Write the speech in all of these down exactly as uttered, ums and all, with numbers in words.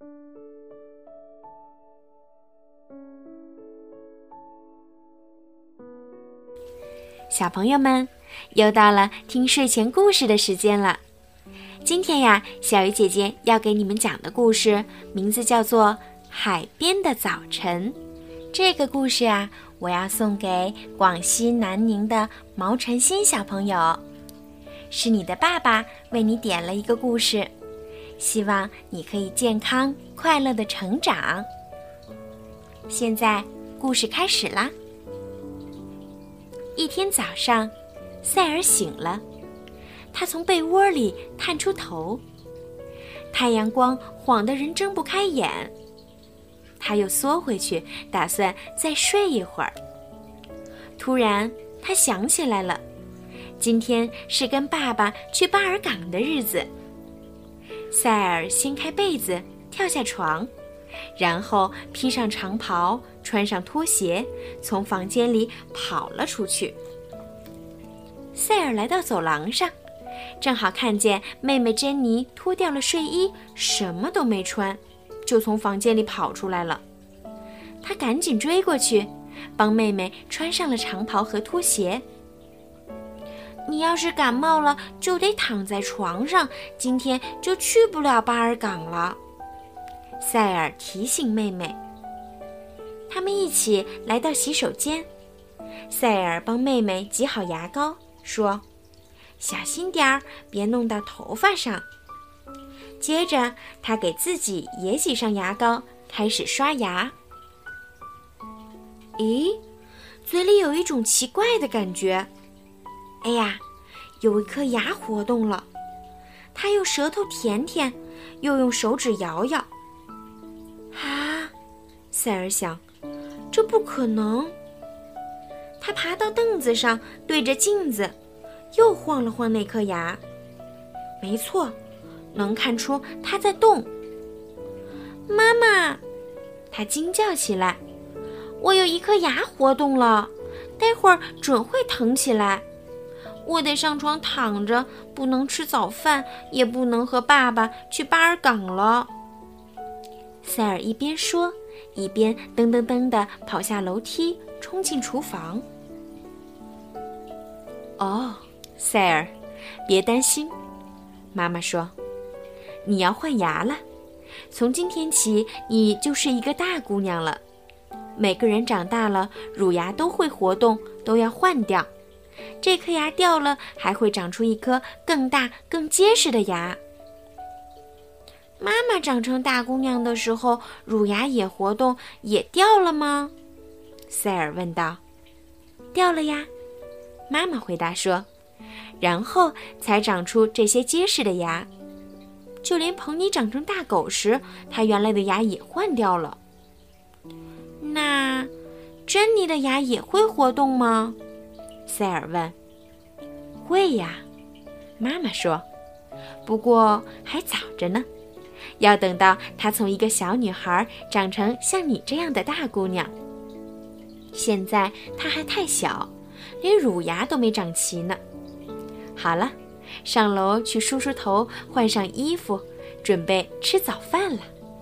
小朋友们，又到了听睡前故事的时间了。今天呀，小鱼姐姐要给你们讲的故事名字叫做《海边的早晨》。这个故事啊，我要送给广西南宁的毛晨曦小朋友。是你的爸爸为你点了一个故事，希望你可以健康快乐的成长。现在故事开始啦。一天早上，赛尔醒了，他从被窝里探出头，太阳光晃得人睁不开眼。他又缩回去，打算再睡一会儿。突然他想起来了，今天是跟爸爸去巴尔港的日子。赛尔掀开被子，跳下床，然后披上长袍，穿上拖鞋，从房间里跑了出去。赛尔来到走廊上，正好看见妹妹珍妮脱掉了睡衣，什么都没穿，就从房间里跑出来了。他赶紧追过去，帮妹妹穿上了长袍和拖鞋。你要是感冒了，就得躺在床上，今天就去不了巴尔港了。赛尔提醒妹妹。他们一起来到洗手间，赛尔帮妹妹挤好牙膏，说：“小心点儿，别弄到头发上。”接着他给自己也挤上牙膏，开始刷牙。咦，嘴里有一种奇怪的感觉。哎呀，有一颗牙活动了。他用舌头舔舔，又用手指摇摇。啊，赛尔想，这不可能。他爬到凳子上，对着镜子，又晃了晃那颗牙。没错，能看出它在动。妈妈，他惊叫起来，我有一颗牙活动了，待会儿准会疼起来。我得上床躺着，不能吃早饭，也不能和爸爸去巴尔港了。赛尔一边说，一边噔噔噔地跑下楼梯，冲进厨房。哦，赛尔，别担心，妈妈说，你要换牙了。从今天起，你就是一个大姑娘了。每个人长大了，乳牙都会活动，都要换掉。这颗牙掉了，还会长出一颗更大、更结实的牙。妈妈长成大姑娘的时候，乳牙也活动，也掉了吗？赛尔问道。掉了呀，妈妈回答说，然后才长出这些结实的牙。就连彭尼长成大狗时，它原来的牙也换掉了。那珍妮的牙也会活动吗？赛尔问。会呀，妈妈说，不过还早着呢，要等到她从一个小女孩长成像你这样的大姑娘。现在她还太小，连乳牙都没长齐呢。好了，上楼去梳梳头，换上衣服，准备吃早饭了。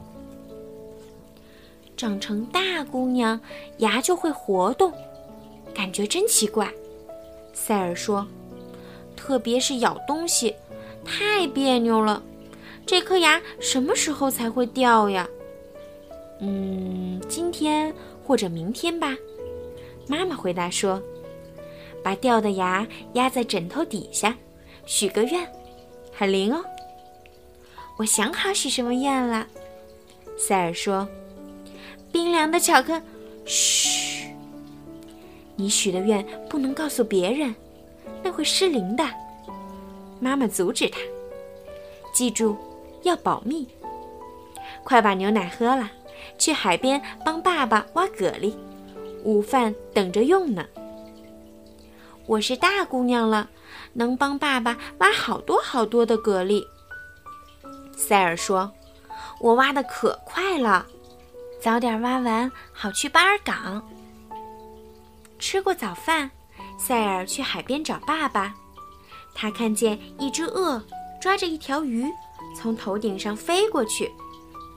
长成大姑娘，牙就会活动，感觉真奇怪。赛尔说，特别是咬东西，太别扭了。这颗牙什么时候才会掉呀？嗯，今天或者明天吧。妈妈回答说，把掉的牙压在枕头底下，许个愿，很灵哦。我想好许什么愿了。赛尔说，冰凉的巧克力。嘘，你许的愿不能告诉别人，那会失灵的。妈妈阻止他，记住要保密。快把牛奶喝了，去海边帮爸爸挖蛤蜊，午饭等着用呢。我是大姑娘了，能帮爸爸挖好多好多的蛤蜊。赛尔说，我挖得可快了，早点挖完好去巴尔港。吃过早饭，赛尔去海边找爸爸。他看见一只鳄抓着一条鱼从头顶上飞过去。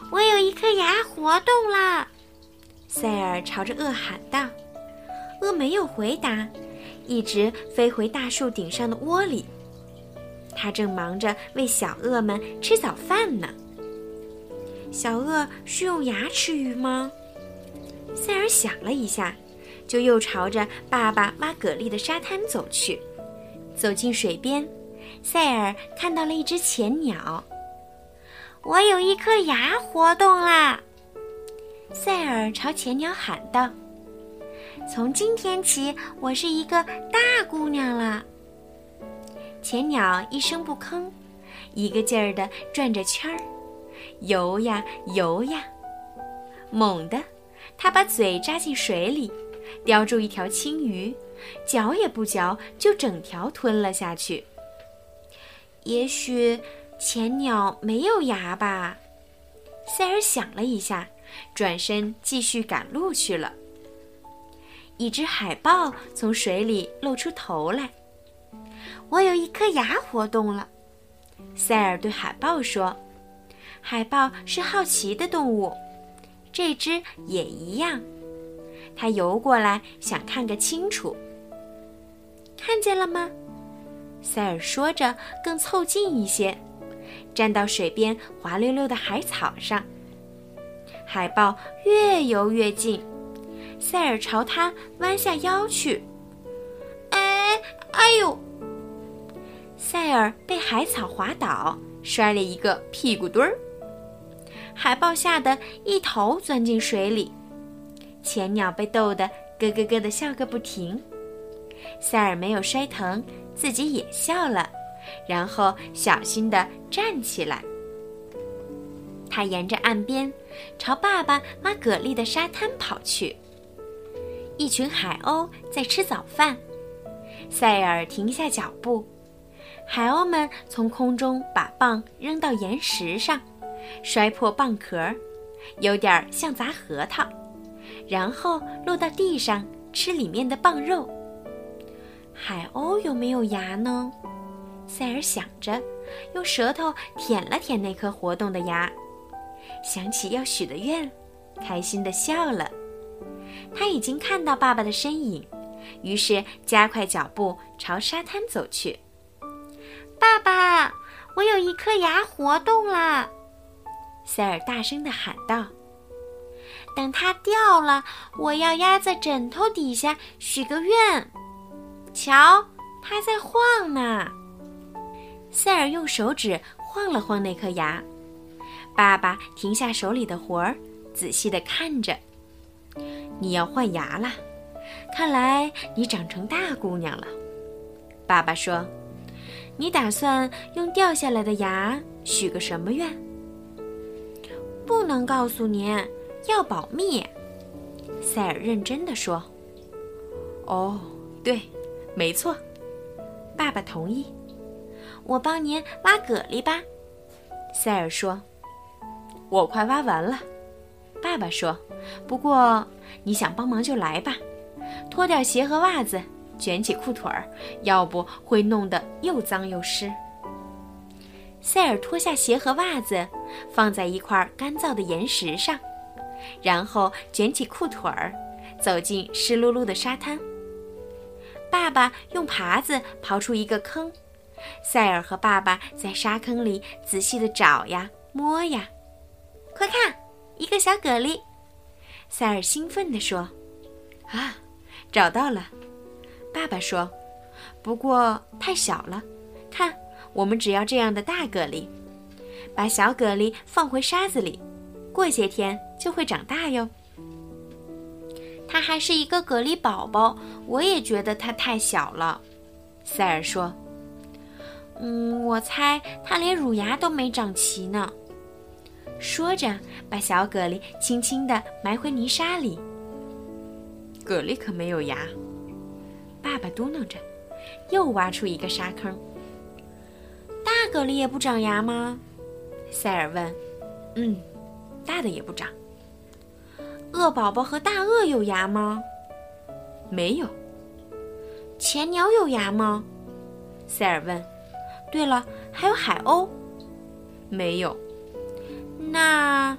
我有一颗牙活动了！塞尔朝着鳄喊道。鳄没有回答，一直飞回大树顶上的窝里。他正忙着为小鳄们吃早饭呢。小鳄是用牙吃鱼吗？塞尔想了一下，就又朝着爸爸挖蛤蜊的沙滩走去。走进水边，塞尔看到了一只钱鸟。我有一颗牙活动啦！塞尔朝钱鸟喊道。从今天起，我是一个大姑娘了。钱鸟一声不吭，一个劲儿地转着圈儿，游呀游呀。猛地，它把嘴扎进水里，叼住一条青鱼，嚼也不嚼，就整条吞了下去。也许钱鸟没有牙吧？塞尔想了一下，转身继续赶路去了。一只海豹从水里露出头来。我有一颗牙活动了，塞尔对海豹说。海豹是好奇的动物，这只也一样。它游过来，想看个清楚。看见了吗？塞尔说着，更凑近一些，站到水边滑溜溜的海草上。海豹越游越近，塞尔朝它弯下腰去。哎，哎呦！塞尔被海草滑倒，摔了一个屁股墩儿。海豹吓得一头钻进水里，钱鸟被逗得咯咯咯地笑个不停。塞尔没有摔疼，自己也笑了，然后小心地站起来。他沿着岸边朝爸爸挖蛤蜊的沙滩跑去。一群海鸥在吃早饭，塞尔停下脚步。海鸥们从空中把蚌扔到岩石上，摔破蚌壳，有点像砸核桃，然后落到地上吃里面的蚌肉。海鸥有没有牙呢？塞尔想着，用舌头舔了舔那颗活动的牙，想起要许的愿，开心地笑了。他已经看到爸爸的身影，于是加快脚步朝沙滩走去。爸爸，我有一颗牙活动了！塞尔大声地喊道。等它掉了，我要压在枕头底下许个愿。瞧，它在晃呢。塞尔用手指晃了晃那颗牙。爸爸停下手里的活儿，仔细地看着。你要换牙了，看来你长成大姑娘了。爸爸说，你打算用掉下来的牙许个什么愿？不能告诉您，要保密。塞尔认真地说。哦，对，没错。爸爸同意。我帮您挖蛤蜊吧。塞尔说。我快挖完了。爸爸说，不过你想帮忙就来吧，脱掉鞋和袜子，卷起裤腿儿，要不会弄得又脏又湿。塞尔脱下鞋和袜子，放在一块干燥的岩石上，然后卷起裤腿儿，走进湿漉漉的沙滩。爸爸用耙子刨出一个坑，塞尔和爸爸在沙坑里仔细地找呀摸呀。快看，一个小蛤蜊！塞尔兴奋地说。啊，找到了！爸爸说，不过太小了，看，我们只要这样的大蛤蜊。把小蛤蜊放回沙子里，过些天就会长大哟。它还是一个蛤蜊宝宝，我也觉得它太小了。塞尔说。嗯，我猜它连乳牙都没长齐呢。说着，把小蛤蜊轻轻地埋回泥沙里。蛤蜊可没有牙，爸爸嘟囔着，又挖出一个沙坑。大蛤蜊也不长牙吗？塞尔问。嗯，大的也不长。鳄宝宝和大鳄有牙吗？没有。钱鸟有牙吗？塞尔问。对了，还有海鸥。没有。那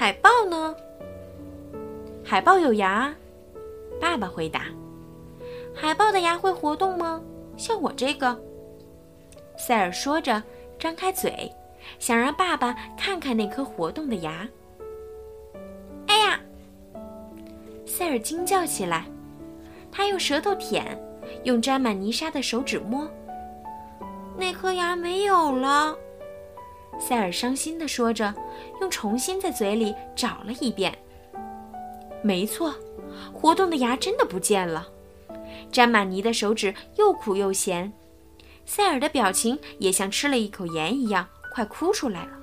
海豹呢？海豹有牙。爸爸回答。海豹的牙会活动吗？像我这个？塞尔说着，张开嘴，想让爸爸看看那颗活动的牙。哎呀！塞尔惊叫起来，他用舌头舔，用沾满泥沙的手指摸。那颗牙没有了。塞尔伤心地说着，又重新在嘴里找了一遍。没错，活动的牙真的不见了。沾满泥的手指又苦又咸，塞尔的表情也像吃了一口盐一样，快哭出来了。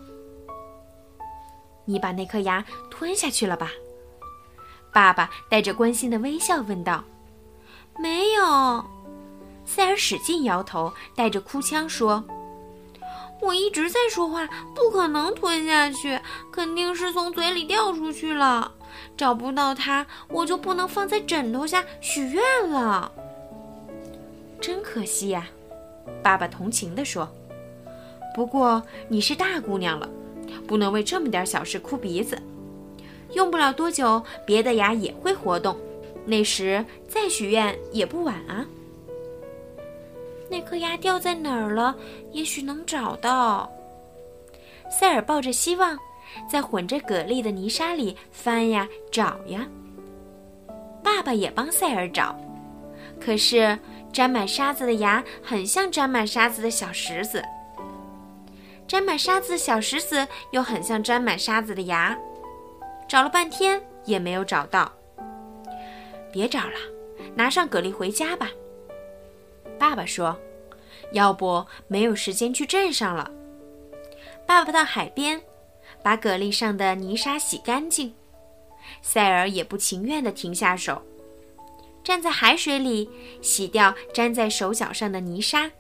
你把那颗牙吞下去了吧？爸爸带着关心的微笑问道。没有。塞尔使劲摇头，带着哭腔说，我一直在说话，不可能吞下去，肯定是从嘴里掉出去了。找不到它，我就不能放在枕头下许愿了。真可惜呀，爸爸同情地说。不过你是大姑娘了，不能为这么点小事哭鼻子。用不了多久，别的牙也会活动，那时再许愿也不晚啊。那颗牙掉在哪儿了？也许能找到。塞尔抱着希望，在混着蛤蜊的泥沙里翻呀找呀。爸爸也帮塞尔找，可是沾满沙子的牙很像沾满沙子的小石子，沾满沙子的小石子又很像沾满沙子的牙，找了半天也没有找到。别找了，拿上蛤蜊回家吧。爸爸说，要不没有时间去镇上了。爸爸到海边，把蛤蜊上的泥沙洗干净。塞尔也不情愿地停下手，站在海水里洗掉粘在手脚上的泥沙。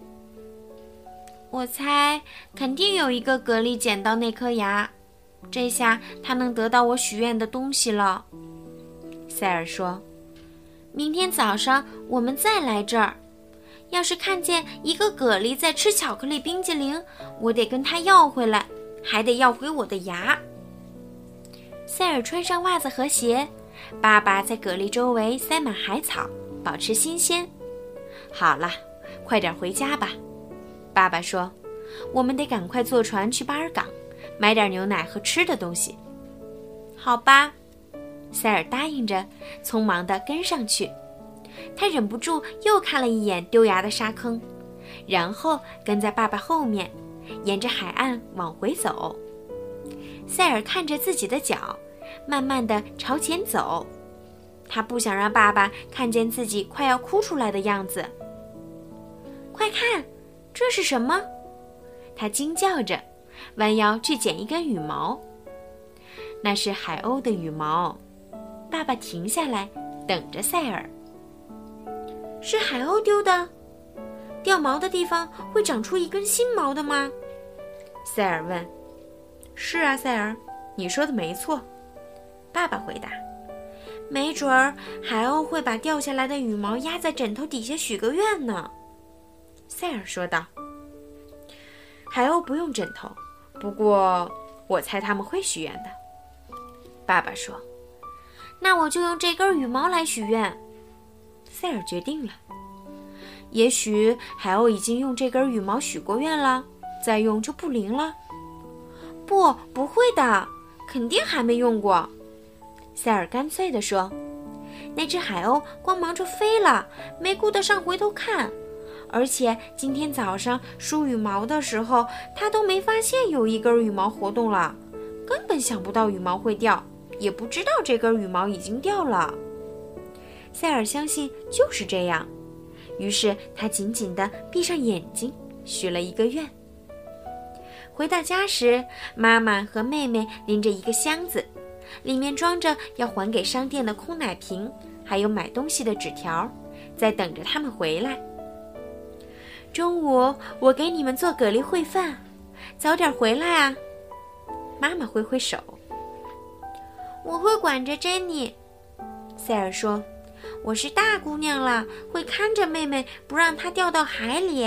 我猜肯定有一个蛤蜊捡到那颗牙，这下他能得到我许愿的东西了。塞尔说，明天早上我们再来这儿，要是看见一个蛤蜊在吃巧克力冰激凌，我得跟他要回来，还得要回我的牙。塞尔穿上袜子和鞋，爸爸在蛤蜊周围塞满海草，保持新鲜。好了，快点回家吧。爸爸说，我们得赶快坐船去巴尔港，买点牛奶和吃的东西。好吧，塞尔答应着，匆忙地跟上去。他忍不住又看了一眼丢牙的沙坑，然后跟在爸爸后面，沿着海岸往回走。塞尔看着自己的脚，慢慢地朝前走。他不想让爸爸看见自己快要哭出来的样子。快看，这是什么？他惊叫着，弯腰去捡一根羽毛。那是海鸥的羽毛。爸爸停下来，等着塞尔。是海鸥丢的？掉毛的地方会长出一根新毛的吗？塞尔问。是啊，塞尔，你说的没错。爸爸回答。没准儿海鸥会把掉下来的羽毛压在枕头底下许个愿呢。塞尔说道。海鸥不用枕头，不过我猜他们会许愿的。爸爸说。那我就用这根羽毛来许愿。塞尔决定了。也许海鸥已经用这根羽毛许过愿了，再用就不灵了。不，不会的，肯定还没用过。塞尔干脆地说。那只海鸥光忙着飞了，没顾得上回头看，而且今天早上梳羽毛的时候，它都没发现有一根羽毛活动了，根本想不到羽毛会掉，也不知道这根羽毛已经掉了。塞尔相信就是这样，于是他紧紧地闭上眼睛，许了一个愿。回到家时，妈妈和妹妹拎着一个箱子，里面装着要还给商店的空奶瓶，还有买东西的纸条，在等着他们回来。中午我给你们做蛤蜊烩饭，早点回来啊。妈妈挥挥手。我会管着珍妮，塞尔说，我是大姑娘了，会看着妹妹，不让她掉到海里。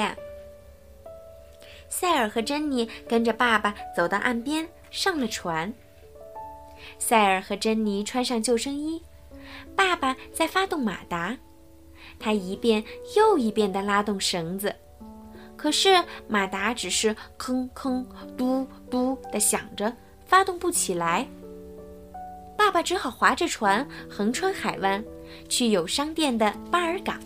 塞尔和珍妮跟着爸爸走到岸边，上了船。 塞尔和珍妮穿上救生衣，爸爸在发动马达，他一遍又一遍地拉动绳子，可是马达只是吭吭嘟嘟地响着，发动不起来。爸爸只好划着船横穿海湾，去有商店的巴尔港。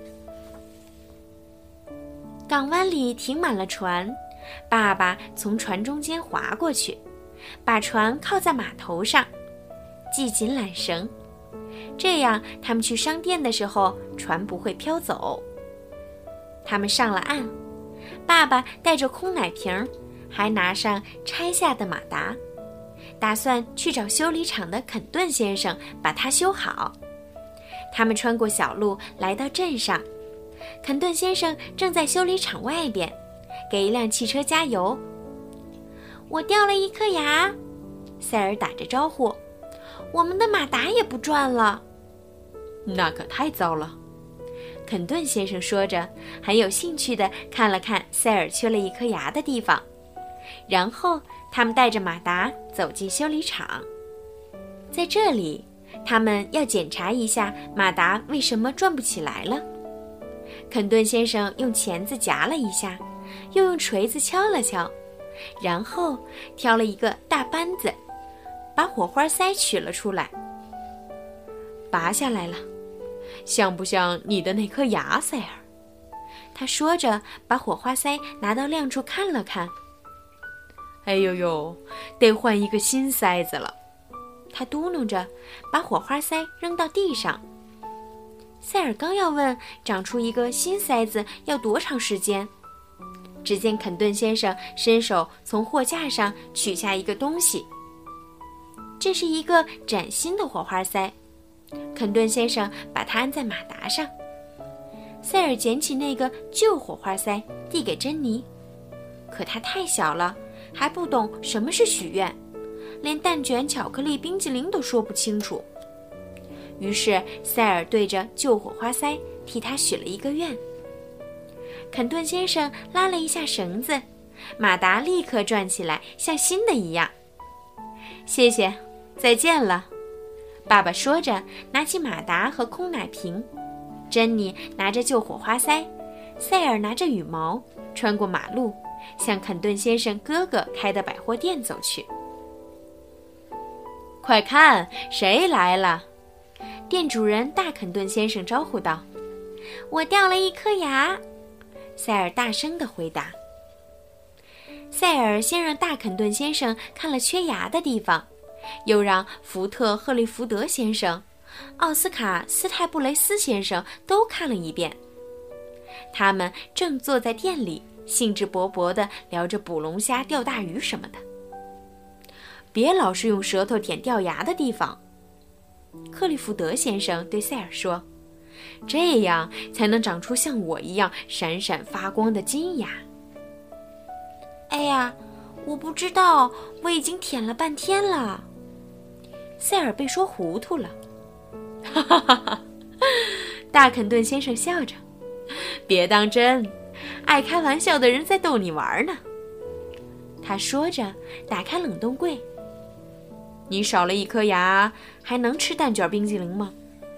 港湾里停满了船，爸爸从船中间划过去，把船靠在码头上，系紧缆绳，这样他们去商店的时候，船不会飘走。他们上了岸，爸爸带着空奶瓶，还拿上拆下的马达，打算去找修理厂的肯顿先生把它修好。他们穿过小路来到镇上，肯顿先生正在修理厂外边给一辆汽车加油。我掉了一颗牙，塞尔打着招呼，我们的马达也不转了。 那可太糟了， 肯顿先生说着，很有兴趣地看了看塞尔缺了一颗牙的地方，然后他们带着马达走进修理厂。在这里，他们要检查一下马达为什么转不起来了。肯顿先生用钳子夹了一下，又用锤子敲了敲，然后挑了一个大扳子，把火花塞取了出来， 拔下来了。像不像你的那颗牙，塞尔？ 他说着，把火花塞拿到亮处看了看。 哎呦呦，得换一个新塞子了。 他嘟哝着，把火花塞扔到地上。塞尔刚要问长出一个新塞子要多长时间，只见肯顿先生伸手从货架上取下一个东西，这是一个崭新的火花塞。肯顿先生把它安在马达上。塞尔捡起那个旧火花塞递给珍妮，可它太小了，还不懂什么是许愿，连蛋卷、巧克力、冰淇淋都说不清楚。于是塞尔对着旧火花塞替他许了一个愿。肯顿先生拉了一下绳子，马达立刻转起来，像新的一样。谢谢，再见了，爸爸说着，拿起马达和空奶瓶。珍妮拿着旧火花塞，塞尔拿着羽毛，穿过马路，向肯顿先生哥哥开的百货店走去。 快看，谁来了？ 店主人大肯顿先生招呼道。我掉了一颗牙，塞尔大声地回答。塞尔先让大肯顿先生看了缺牙的地方，又让福特·赫利福德先生、奥斯卡·斯泰布雷斯先生都看了一遍。他们正坐在店里，兴致勃勃地聊着捕龙虾、钓大鱼什么的。别老是用舌头舔掉牙的地方，克利福德先生对塞尔说，这样才能长出像我一样闪闪发光的金牙。哎呀，我不知道，我已经舔了半天了。塞尔被说糊涂了。 哈哈哈哈！ 大肯顿先生笑着， 别当真，爱开玩笑的人在逗你玩呢。 他说着，打开冷冻柜。 你少了一颗牙，还能吃蛋卷冰激凌吗？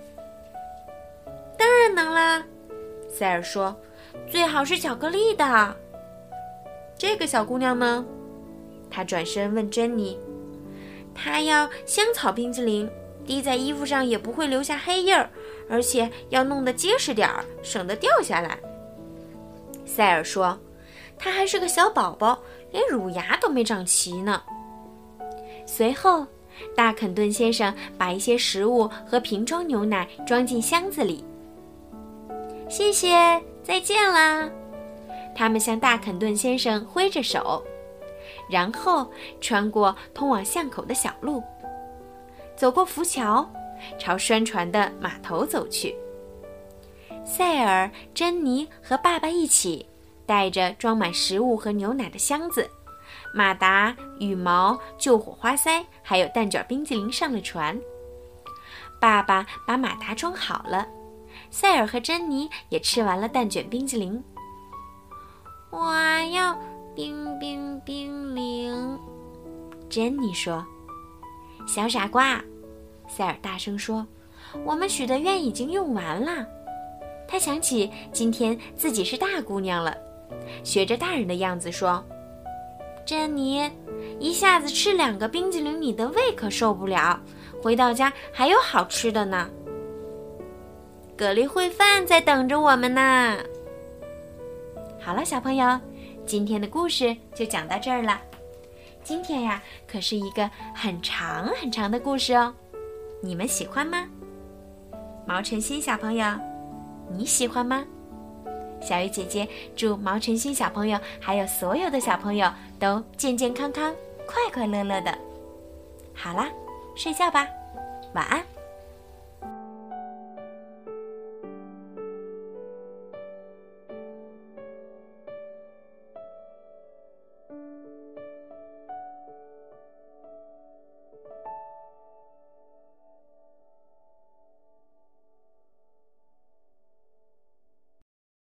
当然能啦，塞尔说，最好是巧克力的。 这个小姑娘呢？ 他转身问珍妮，她要香草冰激凌，滴在衣服上也不会留下黑印儿，而且要弄得结实点儿，省得掉下来。塞尔说，她还是个小宝宝，连乳牙都没长齐呢。随后大肯顿先生把一些食物和瓶装牛奶装进箱子里。谢谢，再见啦！他们向大肯顿先生挥着手，然后穿过通往巷口的小路，走过浮桥，朝拴船的码头走去。塞尔、珍妮和爸爸一起带着装满食物和牛奶的箱子，马达、羽毛、旧火花塞还有蛋卷冰激凌上了船。爸爸把马达装好了，塞尔和珍妮也吃完了蛋卷冰激凌。我要冰冰冰凌，珍妮说。 小傻瓜，塞尔大声说，我们许的愿已经用完了。他想起今天自己是大姑娘了，学着大人的样子说，珍妮，一下子吃两个冰激凌，你的胃可受不了，回到家还有好吃的呢。蛤蜊烩饭在等着我们呢。好了，小朋友，今天的故事就讲到这儿了。今天呀，可是一个很长很长的故事哦，你们喜欢吗？毛晨曦小朋友，你喜欢吗？小鱼姐姐祝毛晨曦小朋友还有所有的小朋友都健健康康、快快乐乐的。好啦，睡觉吧，晚安。